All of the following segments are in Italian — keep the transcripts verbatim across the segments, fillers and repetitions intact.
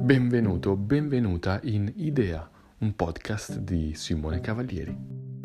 Benvenuto, benvenuta in Idea, un podcast di Simone Cavalieri.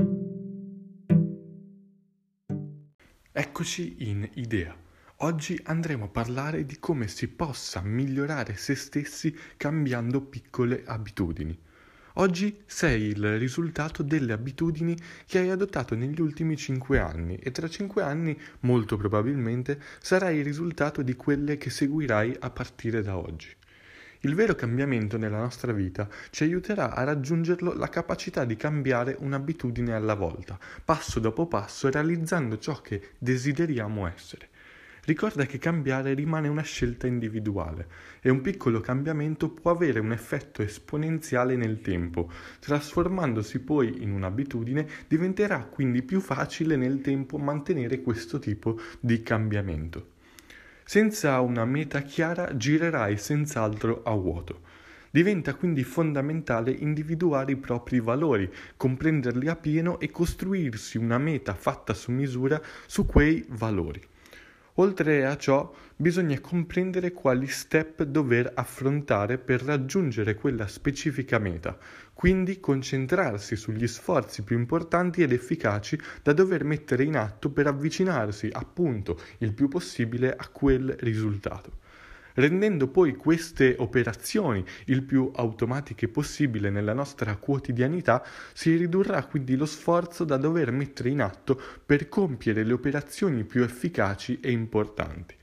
Eccoci in Idea. Oggi andremo a parlare di come si possa migliorare se stessi cambiando piccole abitudini. Oggi sei il risultato delle abitudini che hai adottato negli ultimi cinque anni e tra cinque anni, molto probabilmente, sarai il risultato di quelle che seguirai a partire da oggi. Il vero cambiamento nella nostra vita ci aiuterà a raggiungerlo la capacità di cambiare un'abitudine alla volta, passo dopo passo, realizzando ciò che desideriamo essere. Ricorda che cambiare rimane una scelta individuale e un piccolo cambiamento può avere un effetto esponenziale nel tempo. Trasformandosi poi in un'abitudine, diventerà quindi più facile nel tempo mantenere questo tipo di cambiamento. Senza una meta chiara girerai senz'altro a vuoto. Diventa quindi fondamentale individuare i propri valori, comprenderli a pieno e costruirsi una meta fatta su misura su quei valori. Oltre a ciò, bisogna comprendere quali step dover affrontare per raggiungere quella specifica meta, quindi concentrarsi sugli sforzi più importanti ed efficaci da dover mettere in atto per avvicinarsi, appunto, il più possibile a quel risultato. Rendendo poi queste operazioni il più automatiche possibile nella nostra quotidianità, si ridurrà quindi lo sforzo da dover mettere in atto per compiere le operazioni più efficaci e importanti.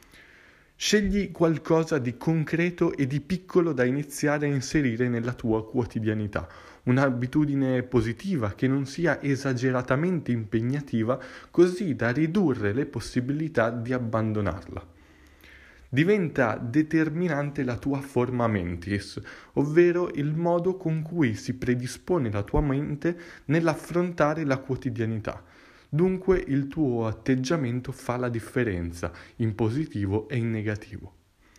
Scegli qualcosa di concreto e di piccolo da iniziare a inserire nella tua quotidianità, un'abitudine positiva che non sia esageratamente impegnativa, così da ridurre le possibilità di abbandonarla. Diventa determinante la tua forma mentis, ovvero il modo con cui si predispone la tua mente nell'affrontare la quotidianità. Dunque il tuo atteggiamento fa la differenza in positivo e in negativo.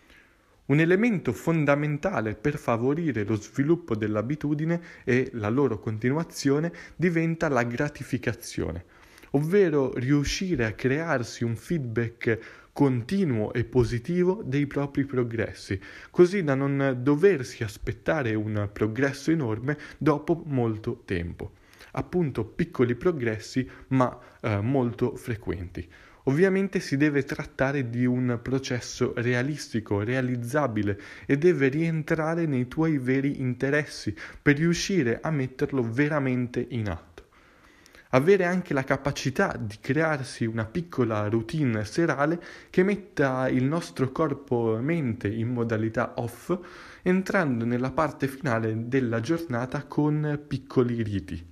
Un elemento fondamentale per favorire lo sviluppo dell'abitudine e la loro continuazione diventa la gratificazione, ovvero riuscire a crearsi un feedback continuo e positivo dei propri progressi, così da non doversi aspettare un progresso enorme dopo molto tempo. Appunto piccoli progressi ma eh, molto frequenti. Ovviamente si deve trattare di un processo realistico, realizzabile e deve rientrare nei tuoi veri interessi per riuscire a metterlo veramente in atto. Avere anche la capacità di crearsi una piccola routine serale che metta il nostro corpo e mente in modalità off, entrando nella parte finale della giornata con piccoli riti.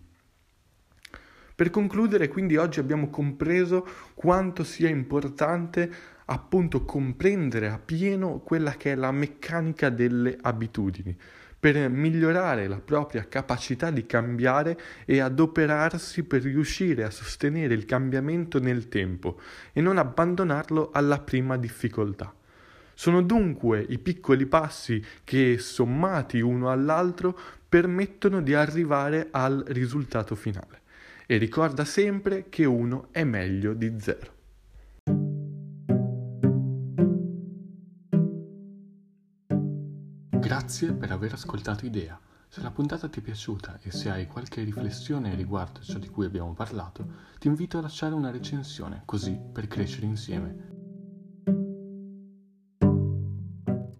Per concludere, quindi oggi abbiamo compreso quanto sia importante appunto comprendere appieno quella che è la meccanica delle abitudini, per migliorare la propria capacità di cambiare e adoperarsi per riuscire a sostenere il cambiamento nel tempo e non abbandonarlo alla prima difficoltà. Sono dunque i piccoli passi che, sommati uno all'altro, permettono di arrivare al risultato finale. E ricorda sempre che uno è meglio di zero. Grazie per aver ascoltato Idea. Se la puntata ti è piaciuta e se hai qualche riflessione riguardo ciò di cui abbiamo parlato, ti invito a lasciare una recensione, così per crescere insieme.